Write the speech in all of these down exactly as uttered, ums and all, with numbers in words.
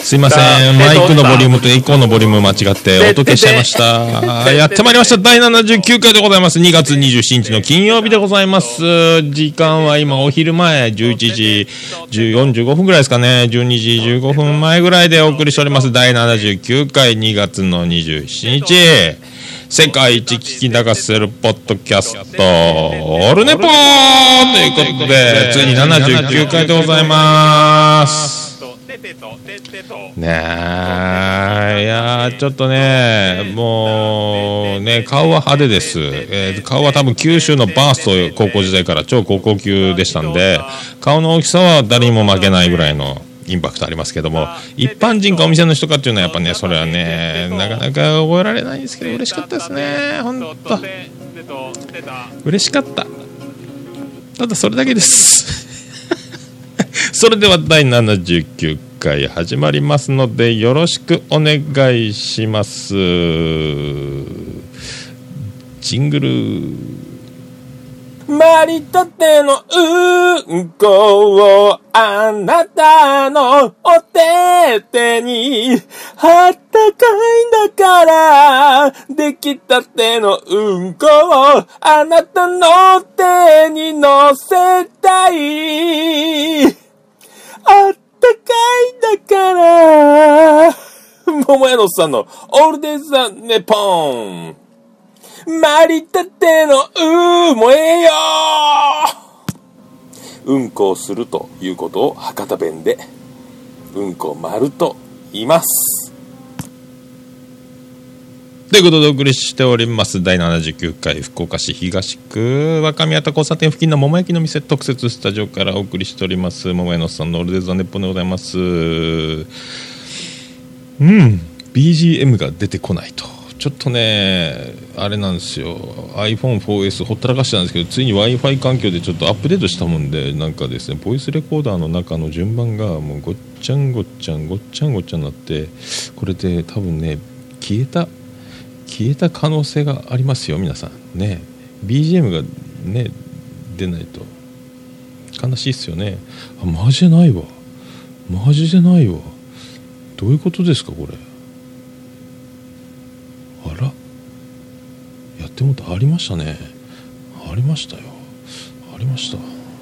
すいません、マイクのボリュームとエコーのボリューム間違って音消しちゃいました。やってまいりました。だいななじゅうきゅうかいでございます。にがつにじゅうしちにちの金曜日でございます。時間は今お昼前じゅういちじよんじゅうごふんぐらいですかね。じゅうにじじゅうごふんまえぐらいでお送りしております。だいななじゅうきゅうかいにがつのにじゅうしちにち、世界一聞き流せるポッドキャストオルネポーということで、ついにななじゅうきゅうかいでございます。ねえ、いやーちょっとね、もうね、顔は派手です、えー、顔は多分九州のバースト高校時代から超高校級でしたんで、顔の大きさは誰にも負けないぐらいのインパクトありますけども、一般人かお店の人かっていうのはやっぱね、それはねなかなか覚えられないんですけど、嬉しかったですね。ほんと嬉しかった。ただそれだけですそれではだいななじゅうきゅうかい始まりますので、よろしくお願いします。ジングル。 まりたてのうんこをあなたのお手手に、あったかいんだからできたてのうんこをあなたの手に乗せたい、あったかいんだから桃屋のおっさんのオールデイズ・ザ・ネポン。まりたてのうーもええよー。うんこをするということを博多弁でうんこ丸と言います。 ということでお送りしておりますだいななじゅうきゅうかい、福岡市東区若宮田交差点付近の桃焼きの店特設スタジオからお送りしております桃屋のさんのオールデイズ・ザ・ネッポンでございます。うん ビージーエム が出てこないと、ちょっとねあれなんですよ。 アイフォンフォーエス ほったらかしてたんですけど、ついに Wi-Fi 環境でちょっとアップデートしたもんで、なんかですねボイスレコーダーの中の順番がもうごっちゃんごっちゃんごっちゃんごっちゃになって、これで多分ね消えた消えた可能性がありますよ皆さんね。 ビージーエム がね出ないと悲しいっすよね。あ、マジでないわ、マジでないわ。どういうことですかこれ。あら、やってもとありましたね。ありましたよ、ありました。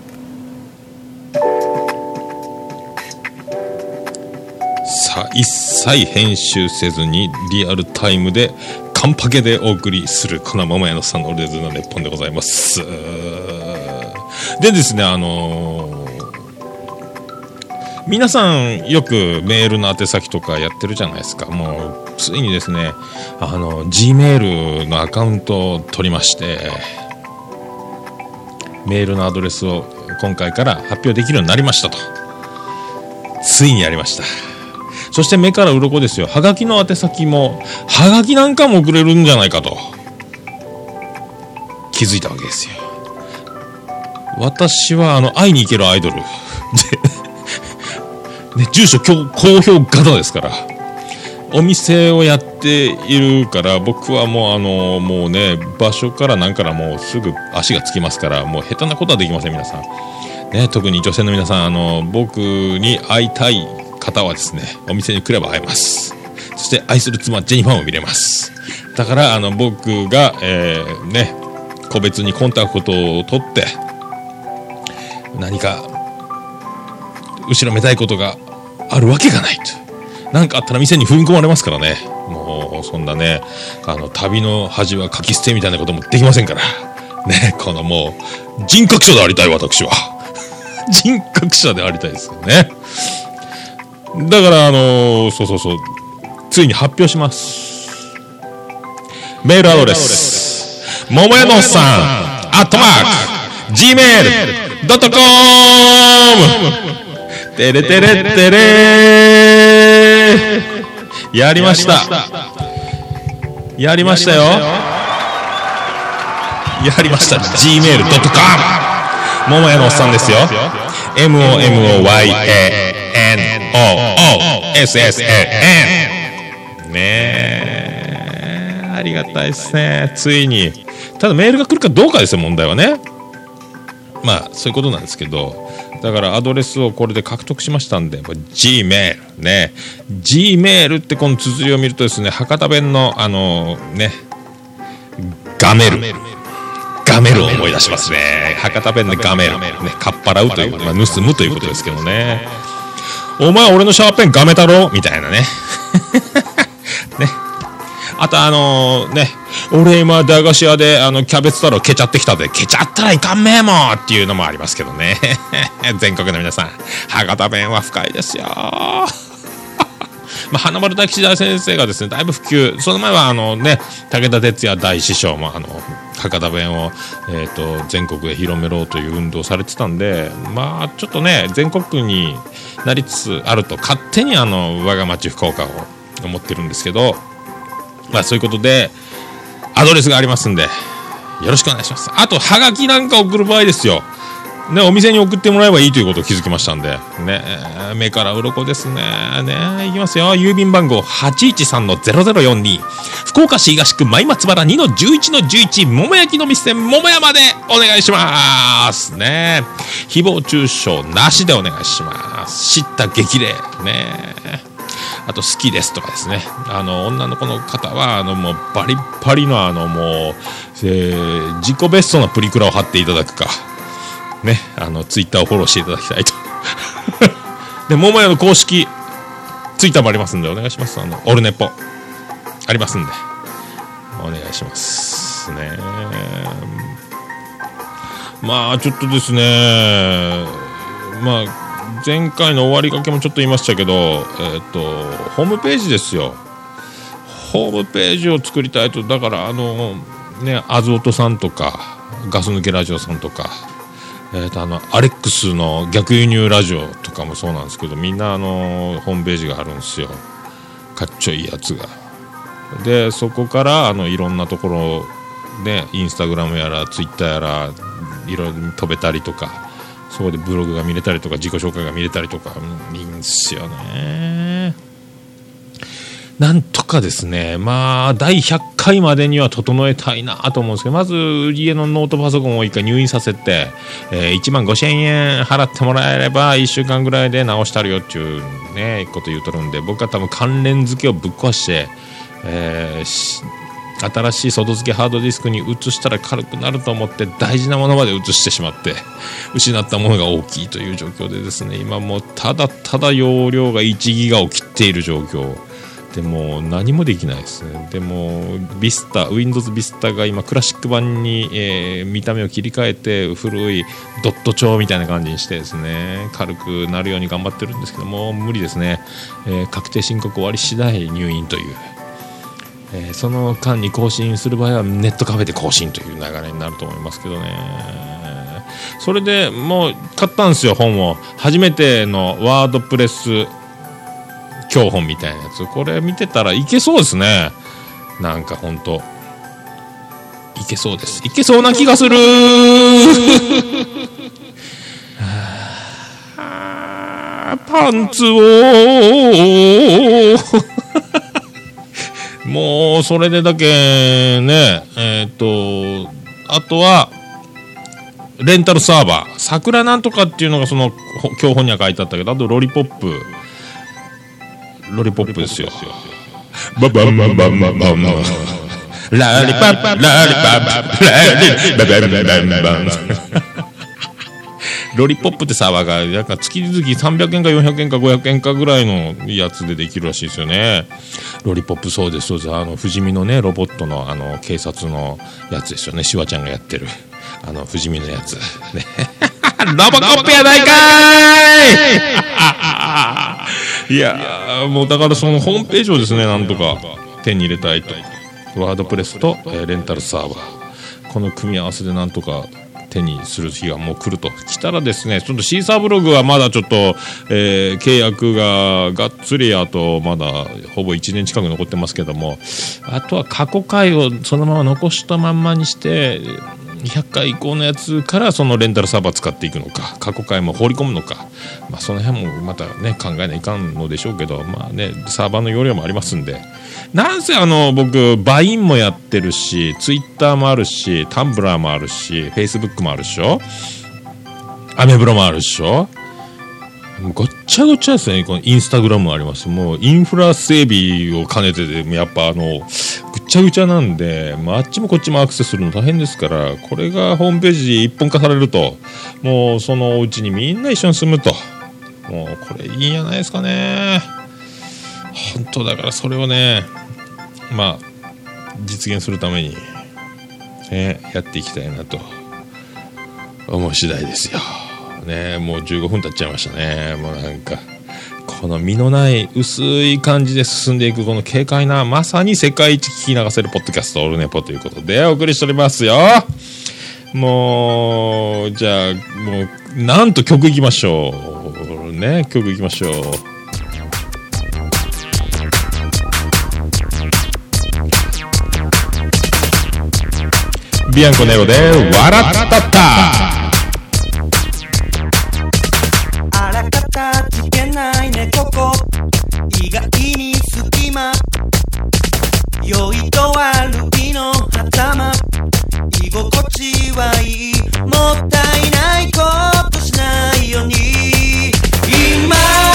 さあ一切編集せずにリアルタイムでカンパケでお送りするこの桃屋のさんのオールデイズのネッポンでございます。でですね、あのー、皆さんよくメールの宛先とかやってるじゃないですか。もうついにですね、あの G メールのアカウントを取りまして、メールのアドレスを今回から発表できるようになりましたと。ついにやりました。そして目から鱗ですよ。はがきの宛先もはがきなんかも送れるんじゃないかと気づいたわけですよ。私はあの会いに行けるアイドルでね、住所公表型ですから、お店をやっているから、僕はもうあのもうね場所からなんからもうすぐ足がつきますから、もう下手なことはできません皆さんね。特に女性の皆さん、あの僕に会いたい方はですね、お店に来れば会えます。そして愛する妻ジェニファーも見れます。だからあの僕が、えー、ね個別にコンタクトを取って何か後ろめたいことがあるわけがないと。なんかあったら店に踏み込まれますからね。もうそんなね、あの旅の恥はかき捨てみたいなこともできませんからね。このもう人格者でありたい、私は人格者でありたいですよね。だからあのー、そうそうそう、ついに発表します。メールアドレス桃屋のおっさんアットマーク ジーメールドットコム。テレテレテレー、やりました、やりましたよ、やりました。 ジーメールドットコム 桃屋のおっさんですよ。 エムオーエムオーワイエーエヌオーオーエスエスエーエヌ ねえ、ありがたいですね。ついに。ただメールが来るかどうかですよ問題はね。まあそういうことなんですけど、だからアドレスをこれで獲得しましたんで、 G メールね、G メールってこの綴りを見るとですね、博多弁のあのね、ガメルガメルを思い出しますね。博多弁のガメル、ね、かっぱらうという、まあ、盗むということですけどね。お前俺のシャーペンガメ太郎みたいなね。ね。あとあのー、ね、俺今駄菓子屋であのキャベツ太郎ケチャってきたで、ケチャったらいかんめえもんっていうのもありますけどね。全国の皆さん、博多弁は深いですよ。まあ、花丸大吉大先生がですね、だいぶ普及、その前はあのね、武田鉄矢大師匠もあの博多弁を、えー、と全国で広めろという運動をされてたんで、まあちょっとね、全国区になりつつあると勝手にあの我が町福岡を思ってるんですけど、まあそういうことでアドレスがありますんでよろしくお願いします。あとはがきなんか送る場合ですよね、お店に送ってもらえばいいということを気づきましたんでね、目から鱗ですね。ね、いきますよ。郵便番号 はちいちさんのゼロゼロよんに 福岡市東区前松原 にのじゅういちのじゅういち 桃焼きの店桃屋までお願いしますね。誹謗中傷なしでお願いします。知った激励ね。あと好きですとかですね、あの女の子の方はあのもうバリッバリのあのもう、えー、自己ベストなプリクラを貼っていただくかね、あのツイッターをフォローしていただきたいと。で、桃屋の公式ツイッターもありますんでお願いします。あのオルネポありますんでお願いしますね。まあちょっとですね、まあ前回の終わりかけもちょっと言いましたけど、えー、とホームページですよ。ホームページを作りたいと。だからあのね、アズオトさんとかガス抜けラジオさんとか、えー、とあのアレックスの逆輸入ラジオとかもそうなんですけど、みんなあのホームページがあるんですよ。かっちょいいやつが。でそこからあのいろんなところでインスタグラムやらツイッターやらいろいろ飛べたりとか、そこでブログが見れたりとか自己紹介が見れたりとか、いいんですよね。なんとかですね、まあだいひゃっかいまでには整えたいなと思うんですけど、まず家のノートパソコンを一回入院させて、えー、いちまんごせんえん払ってもらえればいっしゅうかんぐらいで直したるよっていうねこと言うとるんで、僕は多分関連付けをぶっ壊して、えー新しい外付けハードディスクに移したら軽くなると思って大事なものまで移してしまって失ったものが大きいという状況でですね、今もうただただ容量がいちギガを切っている状況で、もう何もできないですね。でもビスタ Windows ビスタが今クラシック版に、えー、見た目を切り替えて古いドット帳みたいな感じにしてですね、軽くなるように頑張ってるんですけども無理ですね。えー、確定申告終わり次第入院という、えー、その間に更新する場合はネットカフェで更新という流れになると思いますけどね。それでもう買ったんですよ、本を。初めてのワードプレス教本みたいなやつ、これ見てたらいけそうですね。なんかほんといけそうです。いけそうな気がする。パンツをもうそれでだけね、えっとあとはレンタルサーバー桜なんとかっていうのがその教本には書いてあったけど、あとロリポップロリポップですよ。ババンバンバンバンバンラリパッラリパッラリババンバンバンバンロリポップってサーバーがなんか月々さんびゃくえんかよんひゃくえんかごひゃくえんかぐらいのやつでできるらしいですよね。ロリポップ、そうですそうです。あの不死身のねロボットのあの警察のやつですよね。シュワちゃんがやってるあの不死身のやつね。ロボコップやないかーい。いやもうだからそのホームページをですねなんとか手に入れたいと。ワードプレスと、えー、レンタルサーバー、この組み合わせでなんとか手にする日がもう来ると。来たらですね、ちょっとシーサーブログはまだちょっと、えー、契約ががっつりあとまだほぼいちねん近く残ってますけども、あとは過去回をそのまま残したまんまにしてひゃっかい以降のやつからそのレンタルサーバー使っていくのか、過去回も放り込むのか、まあ、その辺もまたね考えないかんのでしょうけど、まあねサーバーの容量もありますんで、なんせあの僕バインもやってるし、ツイッターもあるし、タンブラーもあるし、フェイスブックもあるでしょ、アメブロもあるでしょ、 もうごっちゃごちゃですね。このインスタグラムあります。もうインフラ整備を兼ねてて、やっぱあのぐっちゃぐちゃなんで、まあ、あっちもこっちもアクセスするの大変ですから、これがホームページ一本化されると、もうそのうちにみんな一緒に住むと、もうこれいいんじゃないですかね。本当だからそれをね、まあ実現するために、ね、やっていきたいなと思う次第ですよ。ね、もうじゅうごふん経っちゃいましたね。もうなんかこの身のない薄い感じで進んでいくこの軽快な、まさに世界一聞き流せるポッドキャストオルネポということでお送りしておりますよ。もうじゃあもうなんと曲いきましょうね。曲いきましょう。ビアンコネロで笑ったった。 あらかたつけないねここ意外に隙間良いと悪いの頭居心地はいいもったいないことしないように今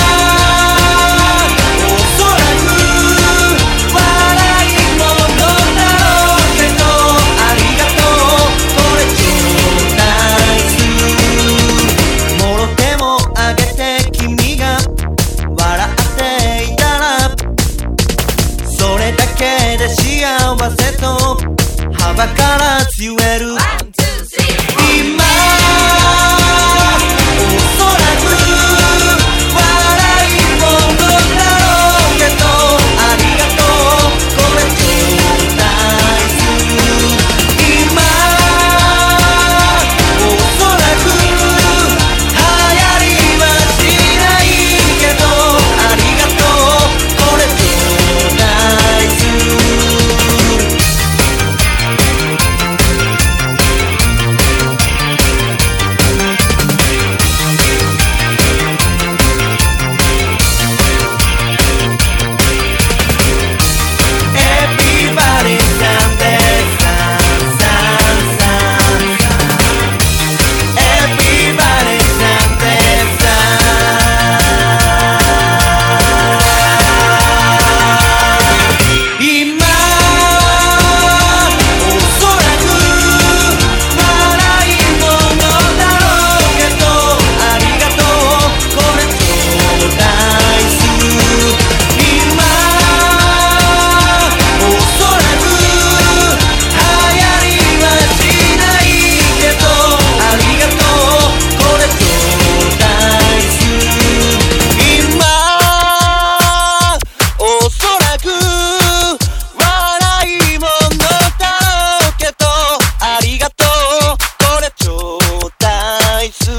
おそらく笑い物だろうけどありがとうこれちょうだいすもろ手もあげて君が笑っていたらそれだけで幸せと幅から強える今おそらく笑い物だろうけどありがとうこれちょうだいす今おそらく流行りはしないけどありがとうこれちょうだいすEverybody someday some some some Everybody someday some 今おそらく笑い物だろうけどありがとうこれちょうだいす今おそらく流行りはしないけどありがとうこれちょうだいす今おそらく笑い物だろうけどありがとうこれちょうだいす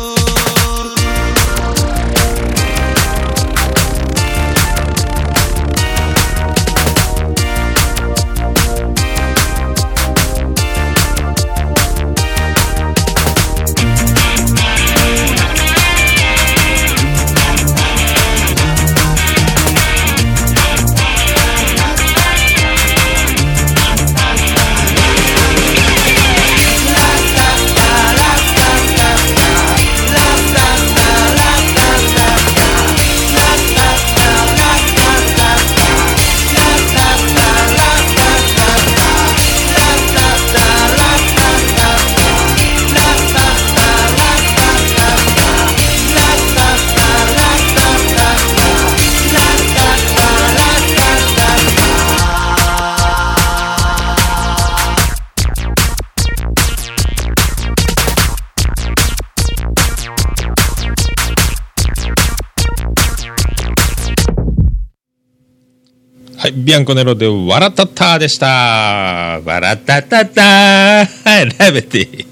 はい、ビアンコネロで笑ったったでした。笑ったったったはい、ラベティ。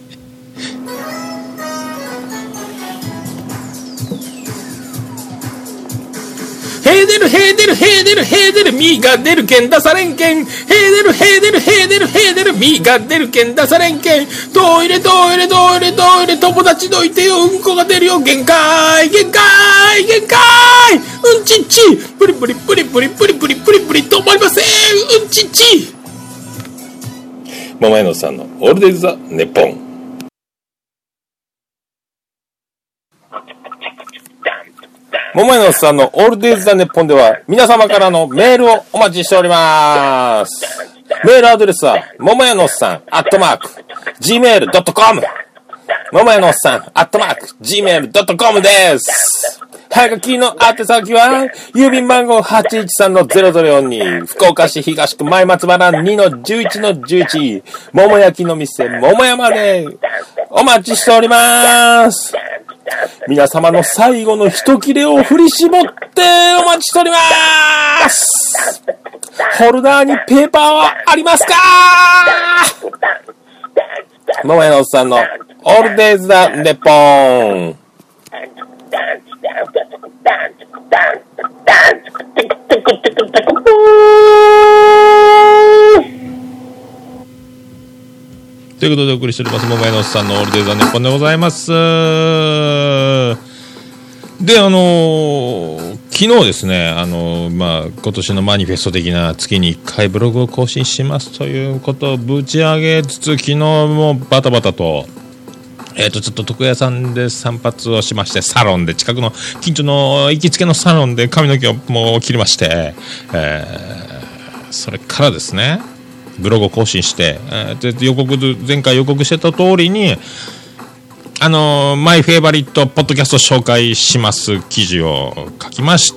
へーでるへーでるへーでるへーでるみーが出るけん出されんけん。へーでるへーでるへーでるへーでるみーが出るけん出されんけん。トイレトイレトイレトイレ友達どいてようんこが出るよ限界限界限界うんちっちプリプリプリプリプリプリプリプリ止まりませんうんちっち。 桃屋のさんのオールデイズ・ザ・ネッポン。 桃屋のおっさんのオールデイズ・ザ・ネッポンでは皆様からのメールをお待ちしております。メールアドレスは桃屋のおっさんアットマーク ジーメールドットコム 桃屋のおっさんアットマーク ジーメールドットコム です。はがきの宛先は郵便番号 はちいちさんのゼロゼロよんに 福岡市東区前松原 にのじゅういちのじゅういち 桃焼きの店桃屋までお待ちしております。皆様の最後の一切れを振り絞ってお待ちしております。ホルダーにペーパーはありますか？桃屋のおっさんのオールデイズ・ザ・ネポン。 ということでお送りしております桃屋のおっさんのオールデイズ・ザ・ネポンでございます。で、あのー、昨日ですね、あのー、まあ、今年のマニフェスト的な月にいっかいブログを更新しますということをぶち上げつつ、昨日もバタバタと、えっと、ちょっと床屋さんで散髪をしまして、サロンで、近くの近所の行きつけのサロンで髪の毛をもう切りまして、えー、それからですね、ブログを更新して、えー、で予告前回予告してた通りに、あのー、マイフェイバリットポッドキャスト紹介します記事を書きまして、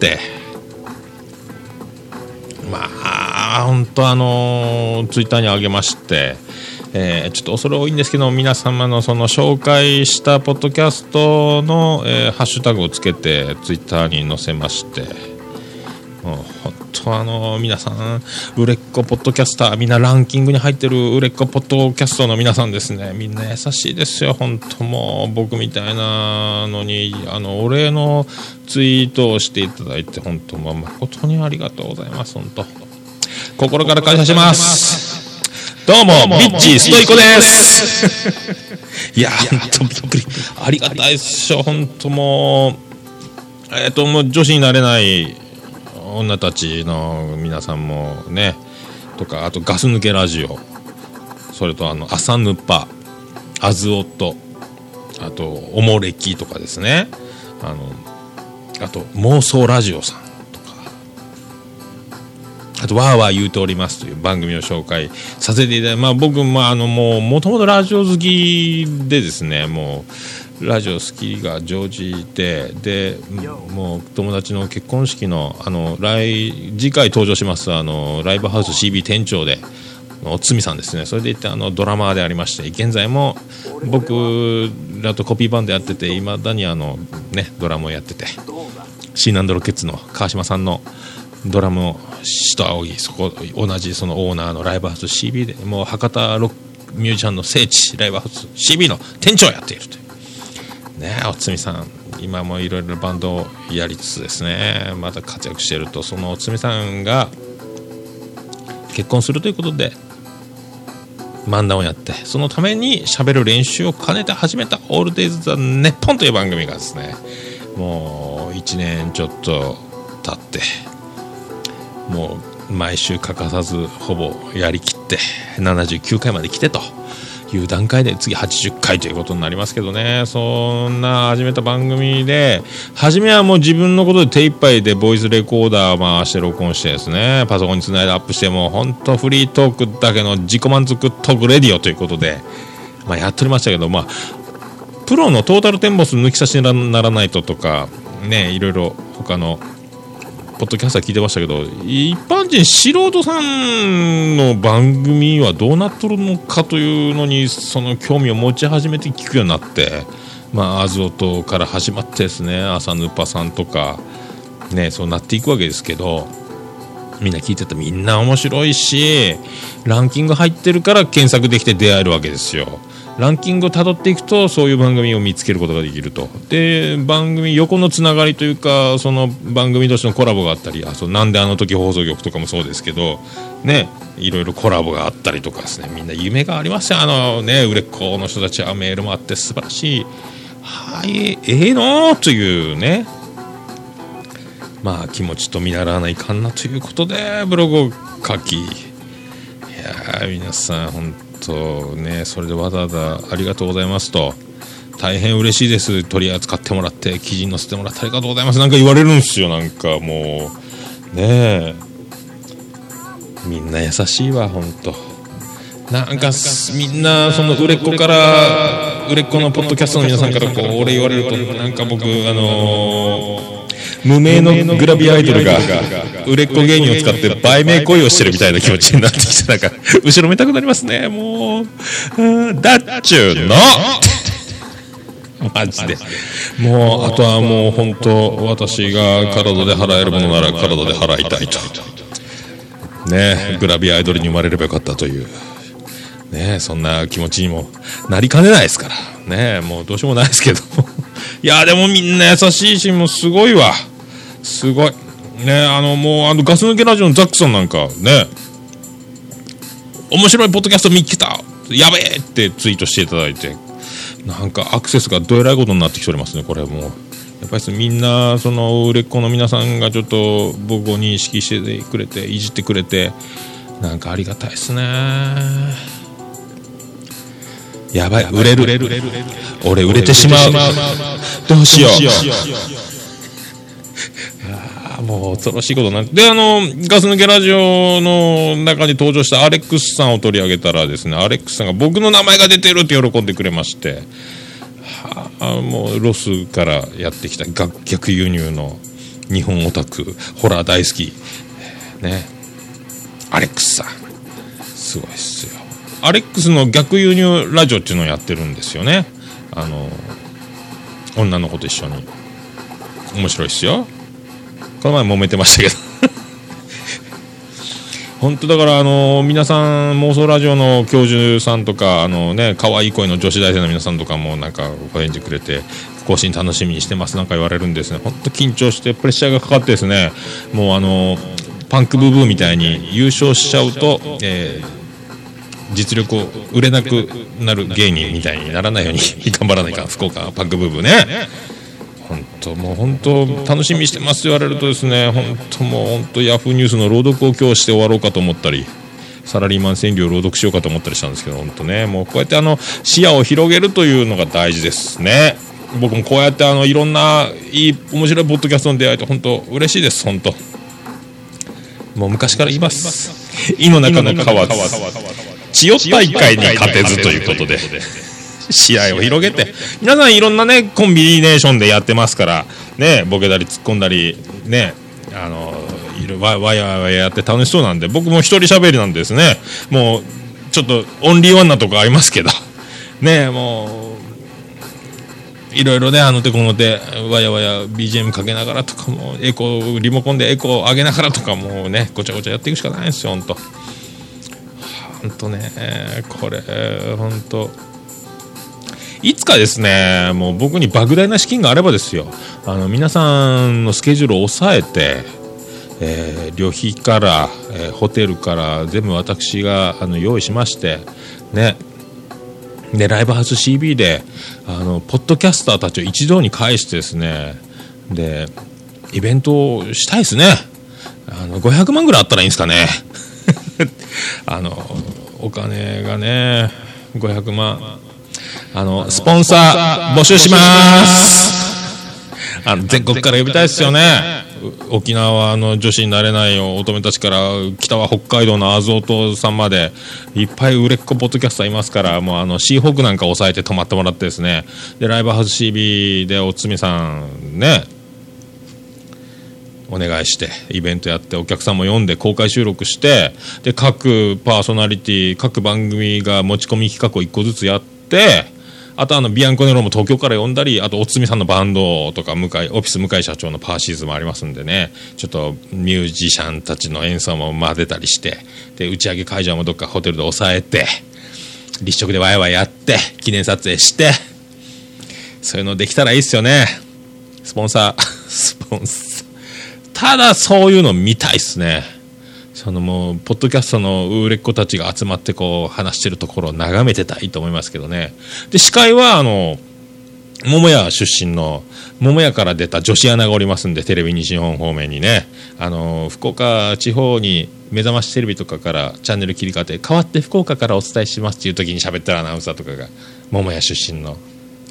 まあ本当あのー、ツイッターに上げまして、えー、ちょっと恐れ多いんですけど、皆様のその紹介したポッドキャストの、えー、ハッシュタグをつけてツイッターに載せまして、もう本当あの皆さん売れっ子ポッドキャスター、みんなランキングに入ってる売れっ子ポッドキャストの皆さんですね、みんな優しいですよ。本当もう僕みたいなのにあのお礼のツイートをしていただいて、本当もう誠にありがとうございます。本当心から感謝します。どうもビッチストイコです。いや本当びっくり、ありがたいっしょ。本当もうえっともう女子になれない女たちの皆さんもねとか、あとガス抜けラジオ、それとあの朝ぬぱ、あずおと、あとおもれきとかですね、あのあと妄想ラジオさんとか、あとわーわー言うておりますという番組を紹介させていただいて、まあ僕まああのもうもともとラジオ好きでですね、もうラジオ好きが乗じて、でもう友達の結婚式のあの来次回登場しますあのライブハウス シービー 店長でおつみさんですね、それでいってあのドラマーでありまして、現在も僕らとコピーバンドやってて、いまだにあのねドラムをやってて、シーナンドロケッツの川島さんのドラムをしと仰ぎ、そこ同じそのオーナーのライブハウス シービー でもう博多ロックミュージシャンの聖地ライブハウス シービー の店長をやっているというね、おつみさん今もいろいろバンドをやりつつですね、また活躍していると、そのおつみさんが結婚するということで漫談をやって、そのために喋る練習を兼ねて始めたオールデイズ・ザ・ネッポンという番組がですね、もういちねんちょっと経って、もう毎週欠かさずほぼやりきってななじゅうきゅうかいまで来てという段階で、次はちじゅっかいということになりますけどね、そんな始めた番組で、初めはもう自分のことで手一杯でボイスレコーダー回して録音してですね、パソコンにつないでアップして、もう本当フリートークだけの自己満足トークレディオということで、まあ、やっておりましたけど、まあプロのトータルテンボス抜き差しにならないととかね、いろいろ他のポッドキャスター聞いてましたけど、一般人素人さんの番組はどうなっとるのかというのにその興味を持ち始めて聞くようになって、まあアズオトから始まってですね、朝ヌパさんとかね、そうなっていくわけですけど、みんな聞いてたらみんな面白いし、ランキング入ってるから検索できて出会えるわけですよ。ランキングをたどっていくとそういう番組を見つけることができると。で番組横のつながりというか、その番組同士のコラボがあったり、あそうなんであの時放送局とかもそうですけどね、いろいろコラボがあったりとかですね、みんな夢がありますよ。あのね売れっ子の人たちはメールもあって素晴らしい、はいええのというね、まあ気持ちと見習わないかんなということでブログを書き、いや皆さん本当ね、それでわざわざありがとうございますと、 大変嬉しいです、取り扱ってもらって記事に載せてもらってありがとうございますなんか言われるんですよ。なんかもうねえ、みんな優しいわほんと。なんかみんなその売れっ子から売れっ子のポッドキャストの皆さんからこう俺言われるとなんか僕あのー、無名のグラビアアイドルが売れっ子芸人を使って売名行為をしてるみたいな気持ちになってきて、なんか後ろめたくなりますね。もうだっちゅうのマジでもうあとはもう本当私が体で払えるものなら体で払いたいとね、グラビアアイドルに生まれればよかったというね、そんな気持ちにもなりかねないですからね。もうどうしようもないですけどいやでもみんな優しいし、もうすごいわ、すごいね。あのもうあのガス抜けラジオのザックさんなんかね、面白いポッドキャスト見つけたやべえってツイートしていただいて、なんかアクセスがどえらいことになってきておりますね。これもうやっぱりみんなその売れっ子の皆さんがちょっと僕を認識してくれていじってくれて、なんかありがたいですね。やばい、売れる、俺売れてしまう、どうしようあ、もう恐ろしいことになって。であのガス抜けラジオの中に登場したアレックスさんを取り上げたらですね、アレックスさんが僕の名前が出てるって喜んでくれまして、はあ、もうロスからやってきた逆輸入の日本オタクホラー大好きね、アレックスさんすごいっすよ。アレックスの逆輸入ラジオっていうのをやってるんですよね。あの女の子と一緒に面白いっすよ。この前揉めてましたけど本当だからあの皆さん妄想ラジオの教授さんとかあのね可愛い声の女子大生の皆さんとかもなんかお返事くれて更新楽しみにしてますなんか言われるんですね。本当緊張してプレッシャーがかかってですね、もうあのパンクブーブーみたいに優勝しちゃうと、えー実力を売れなくなる芸人みたいにならないように頑張らないか。福岡パンクブーブーね、本当もう本当楽しみにしてますと言われるとですね、本当もう本当ヤフーニュースの朗読を今日して終わろうかと思ったり、サラリーマン川柳を朗読しようかと思ったりしたんですけど、本当ねもうこうやってあの視野を広げるというのが大事ですね。僕もこうやってあのいろんないい面白いポッドキャストに出会えて本当嬉しいです。本当もう昔から言います。井の中の蛙千代大会に勝てずということで試合を広げて皆さんいろんなねコンビネーションでやってますからね、ボケたり突っ込んだりね、あのいろわわやわややって楽しそうなんで、僕も一人喋りなんですね。もうちょっとオンリーワンなとこありますけどね、もういろいろねあの手この手わやわや ビージーエム かけながらとかもエコーリモコンでエコー上げながらとかもうねごちゃごちゃやっていくしかないんですよ。ほんとほんとねこれほんといつかですねもう僕に莫大な資金があればですよ、あの皆さんのスケジュールを抑えて、えー、旅費から、えー、ホテルから全部私があの用意しましてね、でライブハウス シービー であのポッドキャスターたちを一堂に会してですね、でイベントをしたいですね。あのごひゃくまんぐらいあったらいいんですかねあのお金がねごひゃくまんあのスポンサー募集しますあの全国から呼びたいですよね。沖縄の女子になれない乙女たちから北は北海道のアゾートさんまでいっぱい売れっ子ポッドキャスターいますから、もうあのシーホークなんか抑えて泊まってもらってですね、でライブハウス シービー でおつみさんねお願いしてイベントやってお客さんも呼んで公開収録して、で各パーソナリティ各番組が持ち込み企画をいっこずつやって、あとあのビアンコネロも東京から呼んだり、あとおつみさんのバンドとか向井オフィス向井社長のパーシーズもありますんでね、ちょっとミュージシャンたちの演奏も混ぜたりして、で打ち上げ会場もどっかホテルで抑えて立食でワイワイやって記念撮影して、そういうのできたらいいっすよね。スポンサースポンサーただそういうの見たいっすね。そのもうポッドキャストの売れっ子たちが集まってこう話してるところを眺めてたいと思いますけどね。で司会はあの桃屋出身の桃屋から出た女子アナがおりますんで、テレビ西日本方面にね、あの福岡地方に目覚ましテレビとかからチャンネル切り替わって変わって福岡からお伝えしますっていう時に喋ってるアナウンサーとかが桃屋出身の